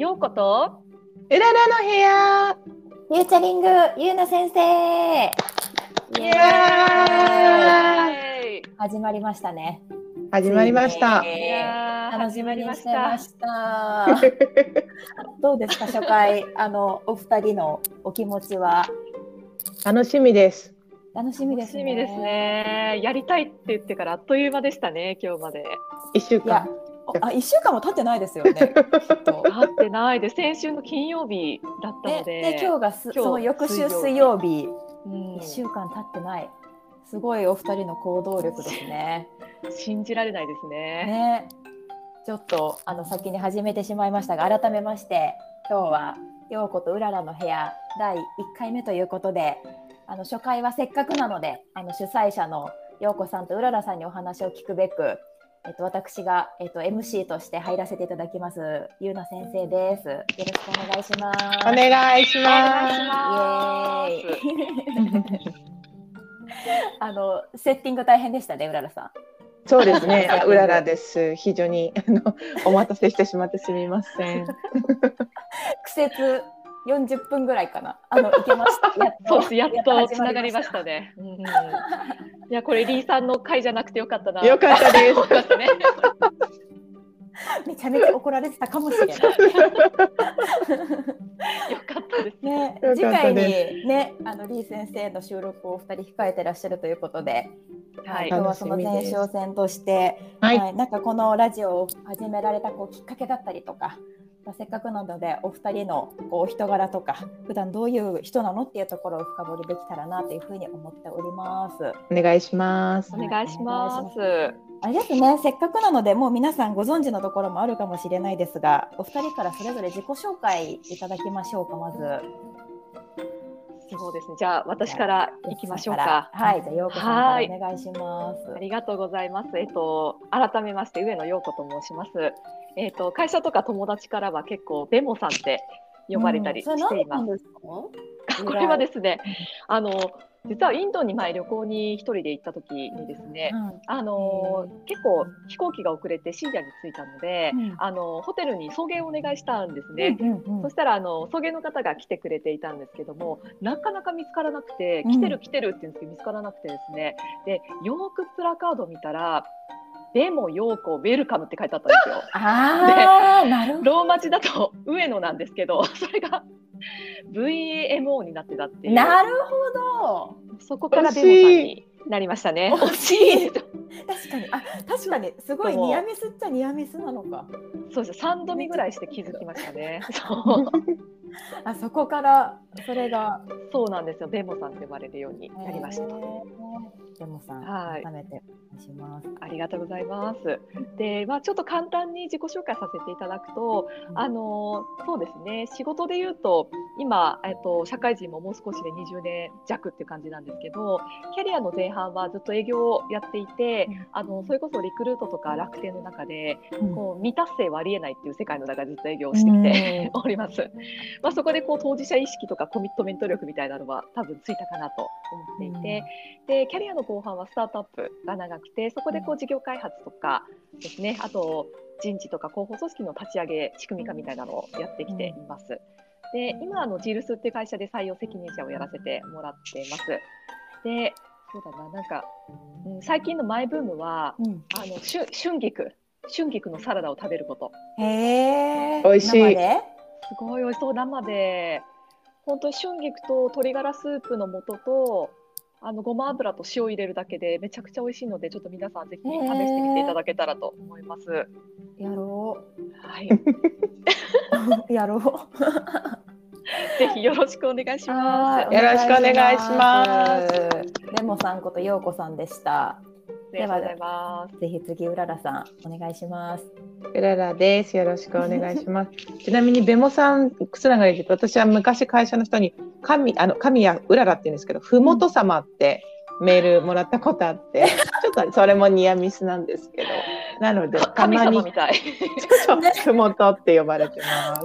ようことうららの部屋。 フューチャリングゆうな先生。 イエーイ始まりましたね。 始まりました。 いやー楽しみにしてま始した。どうですか、初回お二人のお気持ちは。 楽しみです。 楽しみですね。 楽しみですね。やりたいって言ってからあっという間でしたね、今日まで。 1週いや間。 1週間も経ってないですよね。きっと会ってないで、先週の金曜日だったので、 で今日がその翌週水曜日、1週間経ってない。すごいお二人の行動力ですね。 信じられないですね。 ね、ちょっと先に始めてしまいましたが、改めまして今日はようことうららの部屋第1回目ということで、初回はせっかくなので主催者のようこさんとうららさんにお話を聞くべく、私が、MC として入らせていただきますゆうな先生です。よろしくお願いします。 お願いしおま願いします。 イエーイセッティング大変でしたね、うららさん。 す。そうですね。うららです。非常にお待たせしてしまってすみません。 苦節40分ぐらいかな。いけました。 やっとつながりましたね。いや、これリーさんの回じゃなくてよかったな。 よかったです。 めちゃめちゃ怒られてたかもしれない。 よかったですね。次回にね、リー先生の収録をお二人控えてらっしゃるということで、 はい、 今日はその前哨戦として、なんかこのラジオを始められたきっかけだったりとか、せっかくなのでお二人のお人柄とか普段どういう人なのっていうところを深掘りできたらなというふうに思っております。 お願いします。 お願いします。 あれですね、せっかくなのでもう皆さんご存知のところもあるかもしれないですが、お二人からそれぞれ自己紹介いただきましょうか。まずそうですね、じゃあ私からいきましょうか。 はい、じゃあようこさんからお願いします。 ありがとうございます。改めまして上野陽子と申します。会社とか友達からは結構ベモさんって呼ばれたりしています。これはですね、実はインドに前旅行に一人で行った時にですね、結構飛行機が遅れて深夜に着いたので、ホテルに送迎をお願いしたんですね。そしたら送迎の方が来てくれていたんですけども、なかなか見つからなくて、来てるって言うんですけど見つからなくてですね、でよくプラカード見たらベモ陽子ウェルカムって書いてあったんですよ。でローマ字だと上野なんですけど、それがVAMO になってたっていう。 なるほど。 そこからベモさんになりましたね。 惜しい。確かにすごいニアミスっちゃニアミスなのか。 そうです。3度見ぐらいして気づきましたね。 そこからそれがそうなんですよ。ベモさんと呼ばれるようになりました。 ベモさん、改めてお願いします。 ありがとうございます。で、ちょっと簡単に自己紹介させていただくと、そうですね、仕事で言うと今、社会人ももう少しで20年弱っていう感じなんですけど、キャリアの前半はずっと営業をやっていて、それこそリクルートとか楽天の中で、未達成はありえないっていう世界の中でずっと営業をしてきております。そこで当事者意識とかコミットメント力みたいなのは多分ついたかなと思っていて、でキャリアの後半はスタートアップが長くて、そこで事業開発とかですね、あと人事とか広報組織の立ち上げ仕組み化みたいなのをやってきています。で今ジールスっていう会社で採用責任者をやらせてもらっています。でそうだな、なんか、最近のマイブームは、春菊のサラダを食べること。 美味しい。 すごい美味しそう。生で本当に春菊と鶏ガラスープの素とごま油と塩入れるだけでめちゃくちゃ美味しいので、ちょっと皆さんぜひ試してみていただけたらと思います。 やろう。はい。 やろう。 ぜひよろしくお願いします。 よろしくお願いします。 ベモさんことようこさんでした。 ありがとうございます。 ぜひ次うららさんお願いします。 うららです。よろしくお願いします。ちなみにベモさんつながりで、私は昔会社の人に神谷うららって言うんですけど、ふもと様ってメールもらったことあって、ちょっとそれもニアミスなんですけど、なのでたまにふもとって呼ばれてます。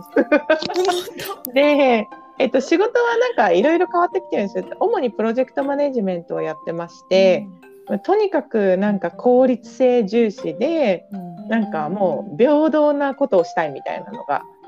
で、仕事はなんかいろいろ変わってきてるんですよ。主にプロジェクトマネジメントをやってまして。とにかくなんか効率性重視で、なんかもう平等なことをしたいみたいなのが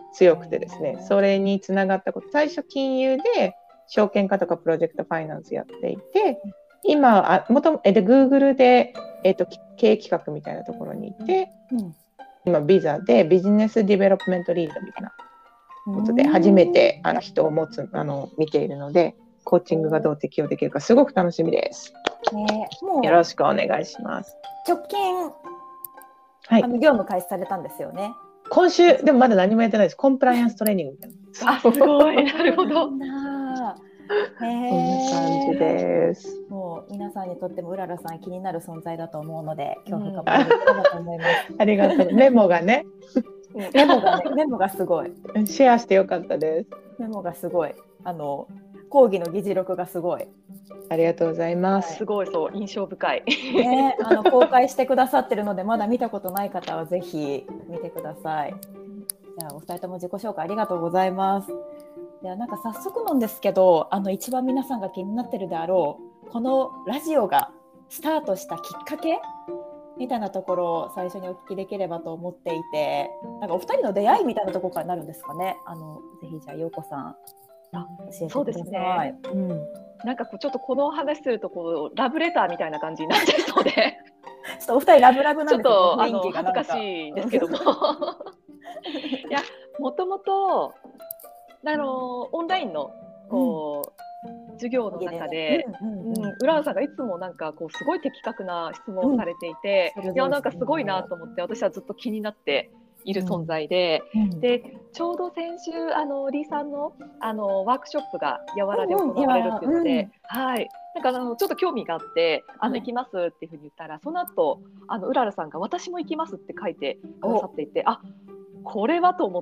強くてですね、それにつながったこと、最初金融で証券化とかプロジェクトファイナンスやっていて、今Google で、経営企画みたいなところにいて、今ビザでビジネスディベロップメントリードみたいなことで初めて人を見ているので、コーチングがどう適用できるかすごく楽しみです。 もうよろしくお願いします。 直近、業務開始されたんですよね。 今週でもまだ何もやってないです。コンプライアンストレーニングみたいな。 すごい、なるほど。 こんな感じです。 もう皆さんにとってもうららさん気になる存在だと思うので、今日深掘りできたらと思います。 ありがとう。メモがね。 メモがすごい。 シェアしてよかったです。 メモがすごい。講義の議事録がすごい。 ありがとうございます。 すごい、そう印象深い。 ね、公開してくださってるので、まだ見たことない方はぜひ見てください。じゃあお二人とも自己紹介ありがとうございます。ではなんか早速なんですけど、一番皆さんが気になってるであろうこのラジオがスタートしたきっかけみたいなところを最初にお聞きできればと思っていて、なんかお二人の出会いみたいなところからなるんですかね。ぜひじゃあ陽子さん教えてください。 そうですね。なんかちょっとこの話するとラブレターみたいな感じになっちゃいそうで、 ちょっとお二人ラブラブなんですけど、 ちょっと恥ずかしいんですけども、いや、もともとオンラインの授業の中で、うららさんがいつもなんかすごい的確な質問をされていて、いやなんかすごいなと思って、私はずっと気になっている存在で、でちょうど先週リーさんのワークショップがやわらで行われるっていうので、なんかちょっと興味があって行きますっていうふうに言ったら、その後うららさんが私も行きますって書いてくださっていて、これはと思って、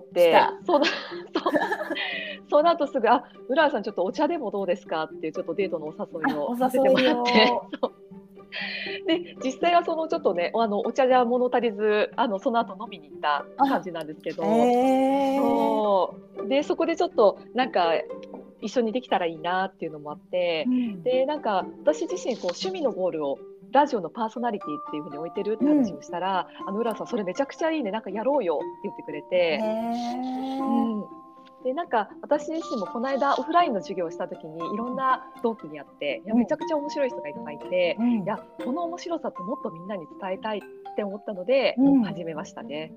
その後すぐうららさんちょっとお茶でもどうですかっていうちょっとデートのお誘いをさせてもらって。で実際はちょっとねお茶じゃ物足りずその後飲みに行った感じなんですけど、でそこでちょっとなんか一緒にできたらいいなっていうのもあって、でなんか私自身趣味のゴールをラジオのパーソナリティっていう風に置いてるって話をしたら、うららさんそれめちゃくちゃいいね、なんかやろうよって言ってくれて。でなんか私自身もこの間オフラインの授業をした時にいろんな同期に会って、めちゃくちゃ面白い人がいっぱいいて、いやこの面白さってもっとみんなに伝えたいって思ったので、始めましたね。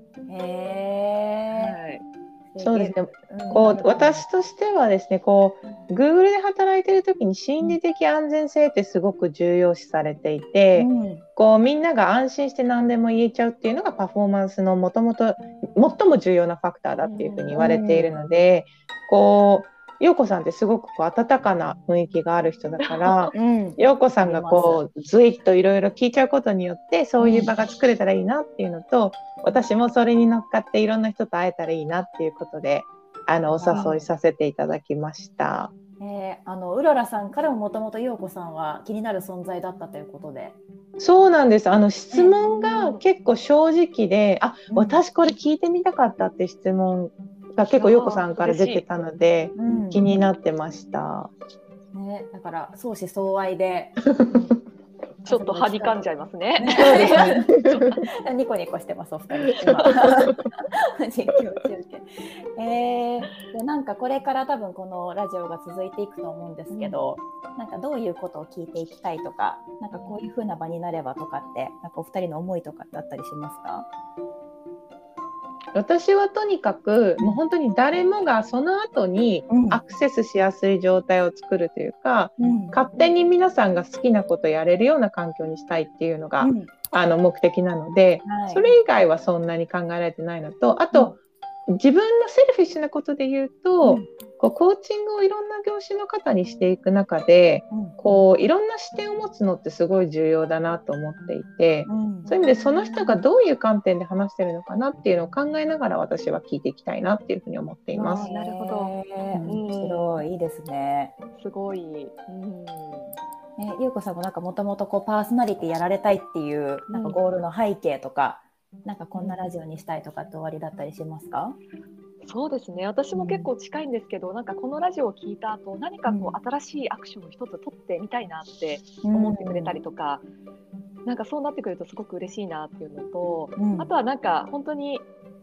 そうですね。私としてはですね、Google で働いている時に心理的安全性ってすごく重要視されていて、みんなが安心して何でも言えちゃうっていうのがパフォーマンスの最も重要なファクターだっていうふうに言われているので、陽子さんってすごく温かな雰囲気がある人だから、陽子さんがずいっといろいろ聞いちゃうことによってそういう場が作れたらいいなっていうのと、私もそれに乗っかっていろんな人と会えたらいいなっていうことでお誘いさせていただきました。 うららさんからももともと陽子さんは気になる存在だったということで。 そうなんです。質問が結構正直で、私これ聞いてみたかったって質問が結構陽子さんから出てたので、気になってました。 だから相思相愛でちょっとはにかんじゃいますね。 そうですね。ニコニコしてますお二人。実況中継。でなんかこれから多分このラジオが続いていくと思うんですけど、なんかどういうことを聞いていきたいとか、なんかこういう風な場になればとかって、なんかお二人の思いとかってあったりしますか？ 私はとにかくもう本当に誰もがその後にアクセスしやすい状態を作るというか、勝手に皆さんが好きなことをやれるような環境にしたいっていうのが、目的なので、それ以外はそんなに考えられてないのと、あと、自分のセルフィッシュなことで言うと、コーチングをいろんな業種の方にしていく中で、いろんな視点を持つのってすごい重要だなと思っていて、そういう意味でその人がどういう観点で話してるのかなっていうのを考えながら私は聞いていきたいなっていうふうに思っています。 なるほど。 面白い、いいですね。 すごい。 優子さんもなんかもともとパーソナリティやられたいっていうなんかゴールの背景とか、なんかこんなラジオにしたいとかって終わりだったりしますか？ そうですね、私も結構近いんですけど、なんかこのラジオを聞いた後、何か新しいアクションを一つ取ってみたいなって思ってくれたりとか、なんかそうなってくるとすごく嬉しいなっていうのと、あとはなんか本当に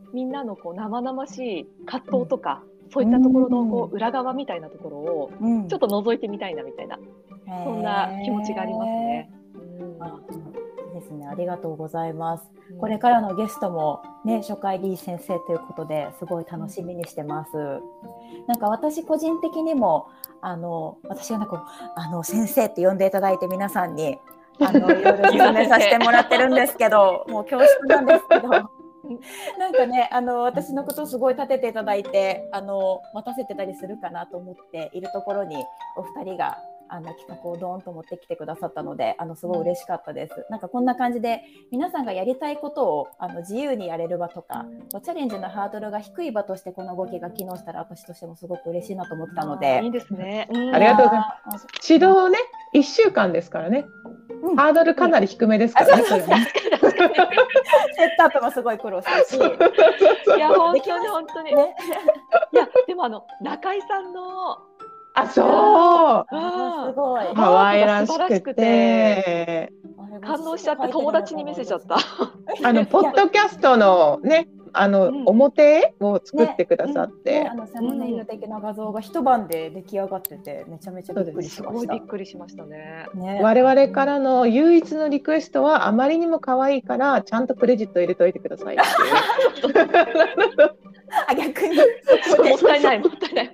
みんなのこう生々しい葛藤とか、そういったところのこう裏側みたいなところをちょっと覗いてみたいなみたいな、そんな気持ちがありますね。 いいですね、ありがとうございます。これからのゲストもね、初回リー先生ということですごい楽しみにしてます。なんか私個人的にも私がなんか先生って呼んでいただいて皆さんにいろいろ説明させてもらってるんですけどもう恐縮なんですけどなんかね私のことをすごい立てていただいて待たせてたりするかなと思っているところにお二人が企画をドーンと持ってきてくださったのですごい嬉しかったです。なんかこんな感じで皆さんがやりたいことを自由にやれる場とかチャレンジのハードルが低い場としてこの動きが機能したら私としてもすごく嬉しいなと思ったので。 いいですね。 ありがとうございます。指導ね1週間ですからね、ハードルかなり低めですからね。セットアップもすごい苦労したし、 いや本当に本当に、ね、いやでも中井さんのそうすごい可愛らしくて感動しちゃって友達に見せちゃった。 ポッドキャストのね表を作ってくださって、 サムネイル的な画像が一晩で出来上がっててめちゃめちゃびっくりしました。 すごいびっくりしましたね。 我々からの唯一のリクエストはあまりにも可愛いからちゃんとクレジット入れといてくださいっていう。 逆にもったいないもったいない。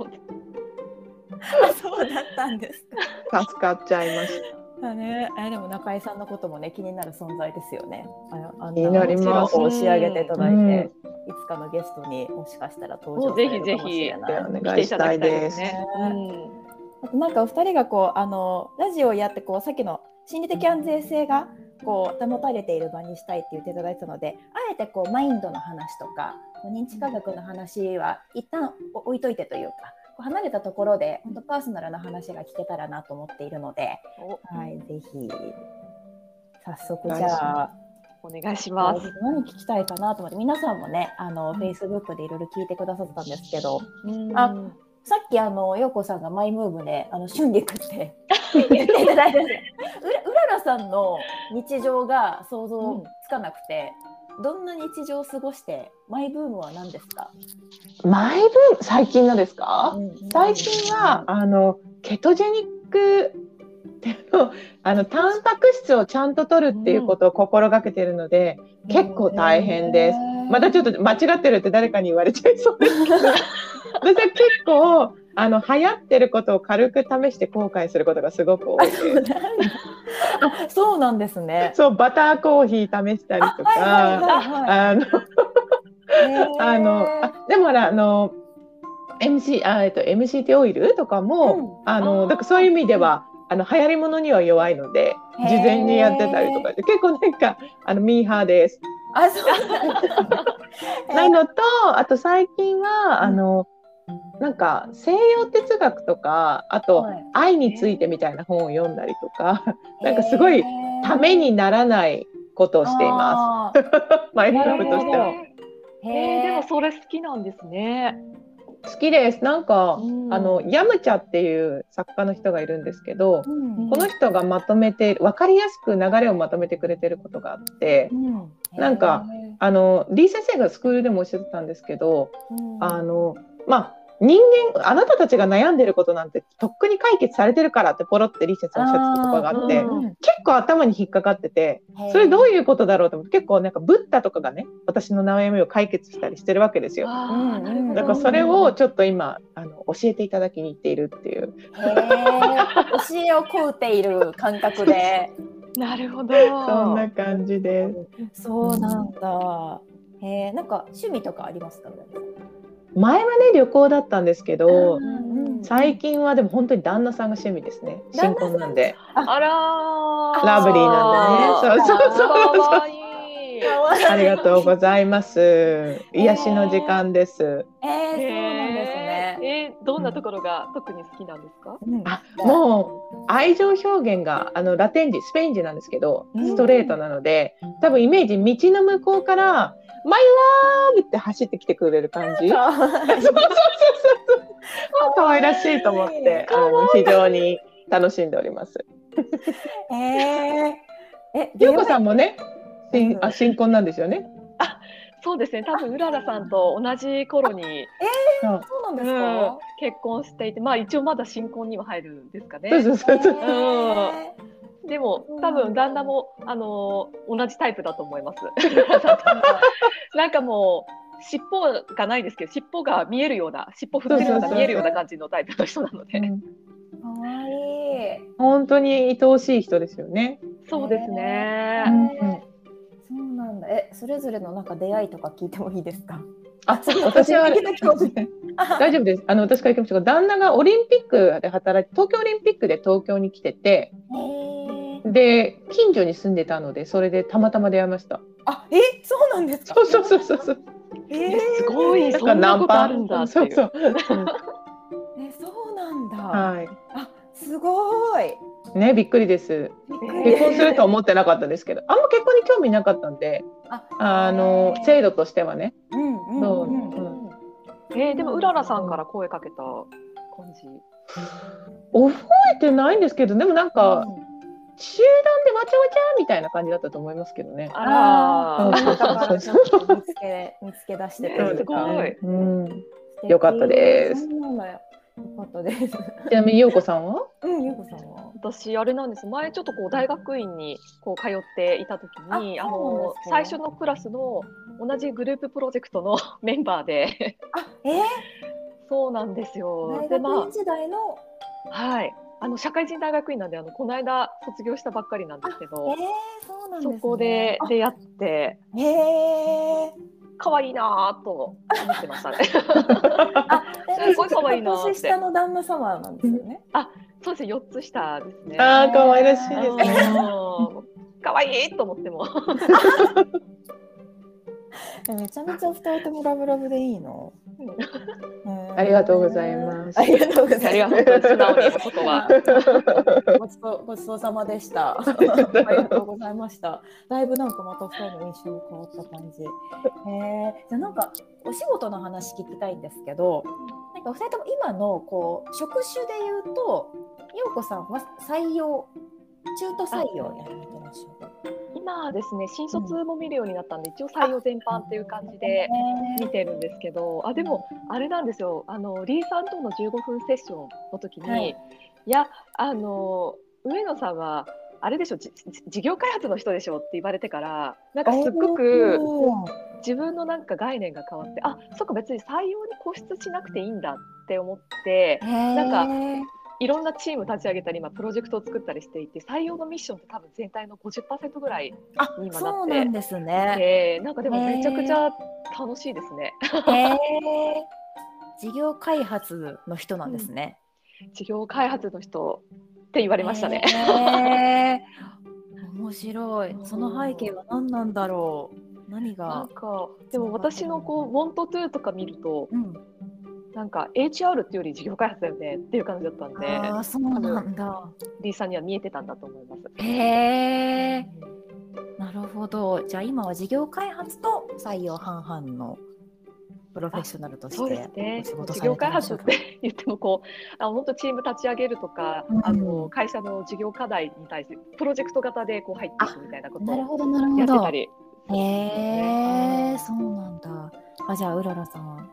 そうだったんですか。 助かっちゃいましたね。でも中井さんのこともね気になる存在ですよね。 気になります。 仕上げていただいて、いつかのゲストにもしかしたら登場されるかもしれない。 お願いしたいです。 なんかお二人がラジオやってさっきの心理的安全性が保たれている場にしたいって言っていただいたので、あえてマインドの話とか認知科学の話は一旦置いといてというか。離れたところで本当パーソナルな話が聞けたらなと思っているので、はい、ぜひ早速じゃあお願いします。 何聞きたいかなと思って皆さんもねFacebook でいろいろ聞いてくださったんですけど、さっき陽子さんがマイムーブで春菊って言っていただいてうららさんの日常が想像つかなくて、どんな日常を過ごしてマイブームは何ですか？ マイブーム最近のですか？最近はケトジェニックタンパク質をちゃんと取るっていうことを心がけているので、結構大変です。またちょっと間違ってるって誰かに言われちゃいそうですけど私は結構流行ってることを軽く試して後悔することがすごく多いです。 そうなんですね。 そうバターコーヒー試したりとか、でもMCT オイルとかも、だからそういう意味では流行り物には弱いので事前にやってたりとかで結構なんかミーハーです。なのとあと最近はなんか西洋哲学とかあと愛についてみたいな本を読んだりとか、なんかすごいためにならないことをしています。マイブームとしては。 でもそれ好きなんですね。 好きです。なんかヤムチャっていう作家の人がいるんですけど、この人がまとめて分かりやすく流れをまとめてくれてることがあって、なんかリー先生がスクールでもおっしゃってたんですけど、人間あなたたちが悩んでることなんてとっくに解決されてるからってポロってリー先生おっしゃってたところがあって、結構頭に引っかかってて、それどういうことだろうと思って、結構なんかブッダとかがね私の悩みを解決したりしてるわけですよ。だからそれをちょっと今教えていただきに行っているっていう。 教えを請うている感覚で。 なるほど。 そんな感じです。 そうなんだ。なんか趣味とかありますか？ 前はね旅行だったんですけど、最近はでも本当に旦那さんが趣味ですね。新婚なんで。 あらラブリーなんでね。そうありがとうございます。癒しの時間です。 そうなんですね。 どんなところが特に好きなんですか？ もう愛情表現がラテン人スペイン人なんですけどストレートなので、多分イメージ道の向こうからマイラーブって走ってきてくれる感じ。可愛らしいと思って非常に楽しんでおります。 陽子さんもね新婚なんですよね。 そうですね、多分うららさんと同じ頃に、 そうそうなんですか？ 結婚していて、まあ一応まだ新婚には入るんですかね。 そうそうそう。 でも多分旦那も同じタイプだと思います。なんかもう尻尾がないですけど、尻尾が見えるような、尻尾振ってるような見えるような感じのタイプの人なので。 うんかわいい。 本当に愛おしい人ですよね。 そうですね。 そうなんだ。それぞれのなんか出会いとか聞いてもいいですか？ あ、私は大丈夫です。私から行きましょうか。旦那がオリンピックで働いて、東京オリンピックで東京に来てて、で、近所に住んでたので、それでたまたま出会いました。 あ、そうなんですか？ そう。 すごい、そんなことあるんだっていう。 そうなんだ。 はい。 あ、すごい。 ね、びっくりです。結婚するとは思ってなかったですけど、あんま結婚に興味なかったんで、制度としてはね。 でもうららさんから声かけた感じ。 覚えてないんですけど、でもなんか、集団でわちゃわちゃみたいな感じだったと思いますけどね。 見つけ出してて。 すごい。 よかったです。 よかったです。 ちなみに陽子さんは？ 陽子さんは？ 私あれなんです。前ちょっとこう大学院にこう通っていた時に、最初のクラスの同じグループプロジェクトのメンバーで。そうなんですよ。 大学院時代の。 はい。社会人大学院なんでこの間卒業したばっかりなんですけど、 そうなんですね。 そこで出会って。可愛いなと思ってましたね。すごい可愛いなって。 年下の旦那様なんですよね。 そうですね、4つ下ですね。 可愛らしいですね。 可愛いと思っても。 めちゃめちゃ2人ともラブラブでいいの。 ありがとうございます。 ありがとうございます。素直にそこは。 ごちそうさまでした。ありがとうございました。だいぶなんかまた2人の印象変わった感じ。じゃあなんかお仕事の話聞きたいんですけど、なんかお二人とも今のこう職種で言うと、陽子さんは採用、中途採用やられてらっしゃる。 今ですね、新卒も見るようになったんで、一応採用全般っていう感じで見てるんですけど、でもあれなんですよ、リーさんとの15分セッションの時に、いや上野さんはあれでしょ、事業開発の人でしょって言われてから、なんかすっごく自分のなんか概念が変わって、そっか、別に採用に固執しなくていいんだって思って、なんかいろんなチーム立ち上げたり、今プロジェクトを作ったりしていて、採用のミッションって多分全体の 50% ぐらいに今なって、 そうなんですね。 なんかでもめちゃくちゃ楽しいですね。 事業開発の人なんですね。 事業開発の人って言われましたね。 面白い。その背景は何なんだろう。何が。 なんかでも私のこう Want to とか見ると。なんか HR っていうより事業開発だよねっていう感じだったんで、 そうなんだ。 リーさんには見えてたんだと思います。 なるほど。じゃあ今は事業開発と採用半々のプロフェッショナルとしてそうですね。事業開発って言ってもこう本当チーム立ち上げるとか、会社の事業課題に対してプロジェクト型でこう入っていくみたいなことをやってたり。 そうなんだ。じゃあうららさん。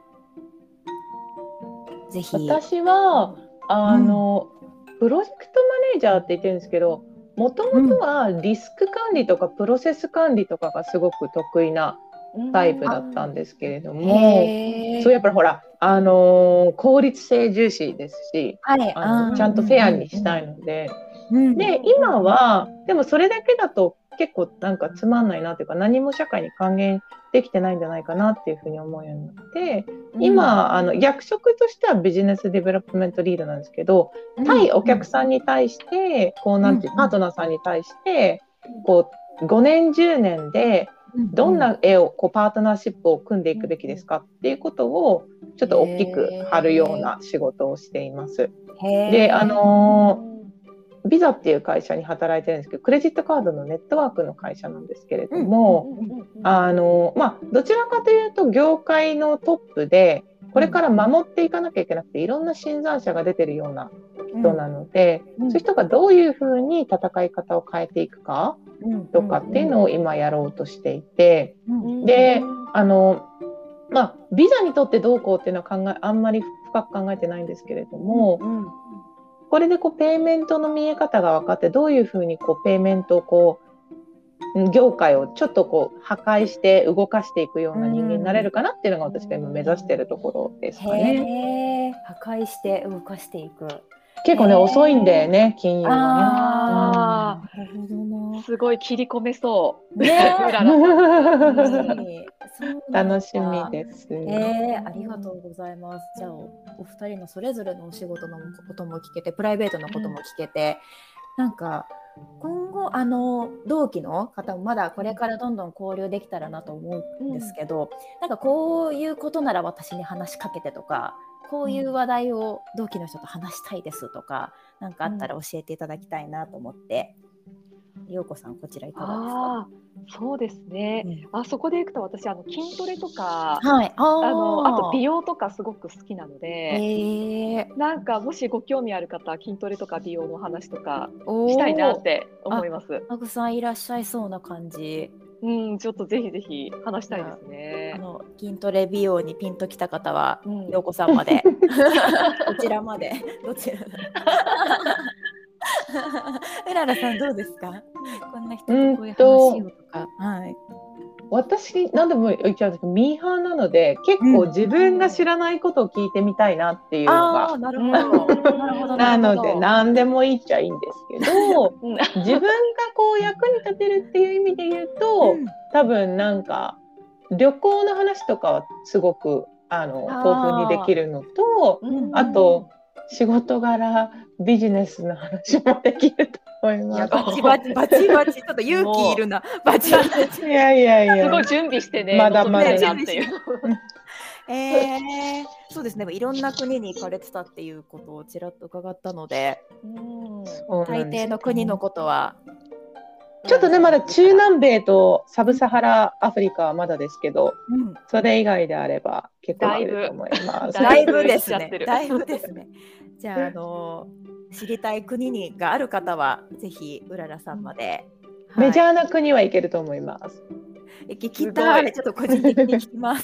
ぜひ。 私はプロジェクトマネージャーって言ってるんですけど、もともとはリスク管理とかプロセス管理とかがすごく得意なタイプだったんですけれども、そうやっぱりほら効率性重視ですし、ちゃんとフェアにしたいので、で今はでもそれだけだと結構なんかつまんないなというか、何も社会に還元できてないんじゃないかなっていうふうに思うようになって、今役職としてはビジネスデベロップメントリードなんですけど、対お客さんに対してこうなんていうパートナーさんに対してこう5年10年でどんな絵をこうパートナーシップを組んでいくべきですかっていうことをちょっと大きく貼るような仕事をしています。でビザっていう会社に働いてるんですけど、クレジットカードのネットワークの会社なんですけれども、どちらかというと業界のトップでこれから守っていかなきゃいけなくて、いろんな新参者が出てるような人なので、そういう人がどういうふうに戦い方を変えていくかとかっていうのを今やろうとしていて、 うんでビザにとってどうこうっていうのはあんまり深く考えてないんですけれども、これでペイメントの見え方が分かって、どういうふうにペイメントを業界をちょっと破壊して動かしていくような人間になれるかなっていうのが私が今目指しているところですかね。 破壊して動かしていく。 結構ね、遅いんでね、金融はね。 なるほどな。 すごい切り込めそう。 ね楽しみです。 ありがとうございます。じゃあお二人のそれぞれのお仕事のことも聞けて、プライベートのことも聞けて、なんか今後同期の方もまだこれからどんどん交流できたらなと思うんですけど、なんかこういうことなら私に話しかけてとか、こういう話題を同期の人と話したいですとか、なんかあったら教えていただきたいなと思って。陽子さん、こちらいかがですか？ そうですね。そこでいくと私筋トレとか、 はい、 あと美容とかすごく好きなので、なんかもしご興味ある方、筋トレとか美容の話とかしたいなって思います。 たくさんいらっしゃいそうな感じ。 ちょっとぜひぜひ話したいですね。 筋トレ美容にピンときた方は、陽子さんまでこちらまでどちらうららさんどうですか？こんな人とこういう話をとか。 私何でも言っちゃうんですけど、ミーハーなので結構自分が知らないことを聞いてみたいなっていうのが、 なるほど。 なので何でもいいっちゃいいんですけど自分が役に立てるっていう意味で言うと、多分なんか旅行の話とかはすごく豊富にできるのと、あと仕事柄ビジネスの話もできると思います。 バチバチちょっと勇気いるな。バチバチ。 いやすごい準備してね。 まだまだなっていう。 そうですね。いろんな国に行かれてたっていうことをちらっと伺ったので、大抵の国のことはちょっとね、まだ中南米とサブサハラアフリカはまだですけど、それ以外であれば結構いけると思います。 だいぶですね。だいぶですね。じゃあ知りたい国がある方はぜひうららさんまで。 メジャーな国はいけると思います。 聞きたい。ちょっと個人的に聞きます。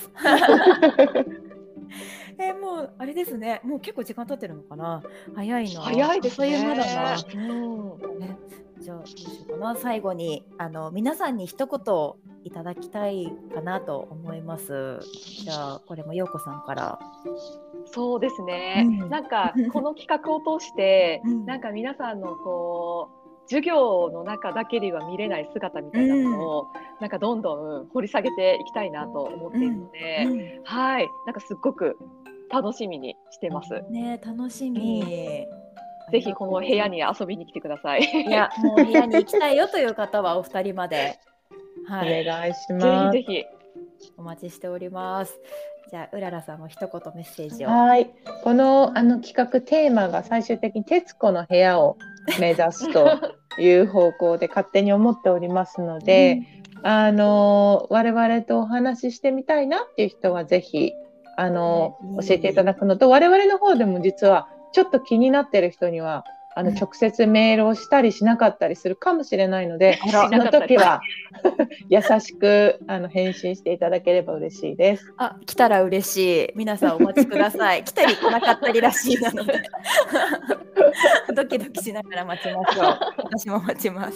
もうあれですね。もう結構時間経ってるのかな。早いな。 早いですね。 そういうまだな。じゃあどうしようかな。最後に皆さんに一言いただきたいかなと思います。じゃあこれも陽子さんから。 そうですね。なんかこの企画を通して、なんか皆さんの授業の中だけでは見れない姿みたいなのを、なんかどんどん掘り下げていきたいなと思っているので、なんかすっごく楽しみにしてます。 ね、楽しみ。 ぜひこの部屋に遊びに来てください。 いや、もう部屋に行きたいよという方はお二人まで、 お願いします。 ぜひぜひお待ちしております。じゃあうららさんも一言メッセージを。 この企画テーマが最終的に徹子の部屋を目指すという方向で勝手に思っておりますので、我々とお話ししてみたいなっていう人はぜひ教えていただくのと、我々の方でも実はちょっと気になってる人には直接メールをしたりしなかったりするかもしれないので、その時は優しく返信していただければ嬉しいです。 来たら嬉しい。皆さんお待ちください。来たり来なかったりらしいなのでドキドキしながら待ちましょう。私も待ちます。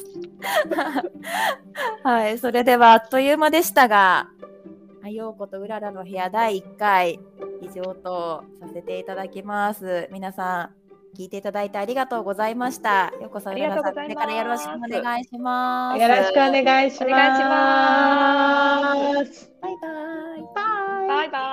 はい、それではあっという間でしたが、陽子とうららの部屋第1回以上とさせていただきます。皆さん聞いていただいてありがとうございました。陽子さん、うららさん、これからよろしくお願いします。 よろしくお願いします。 バイバイ。 バイバイ。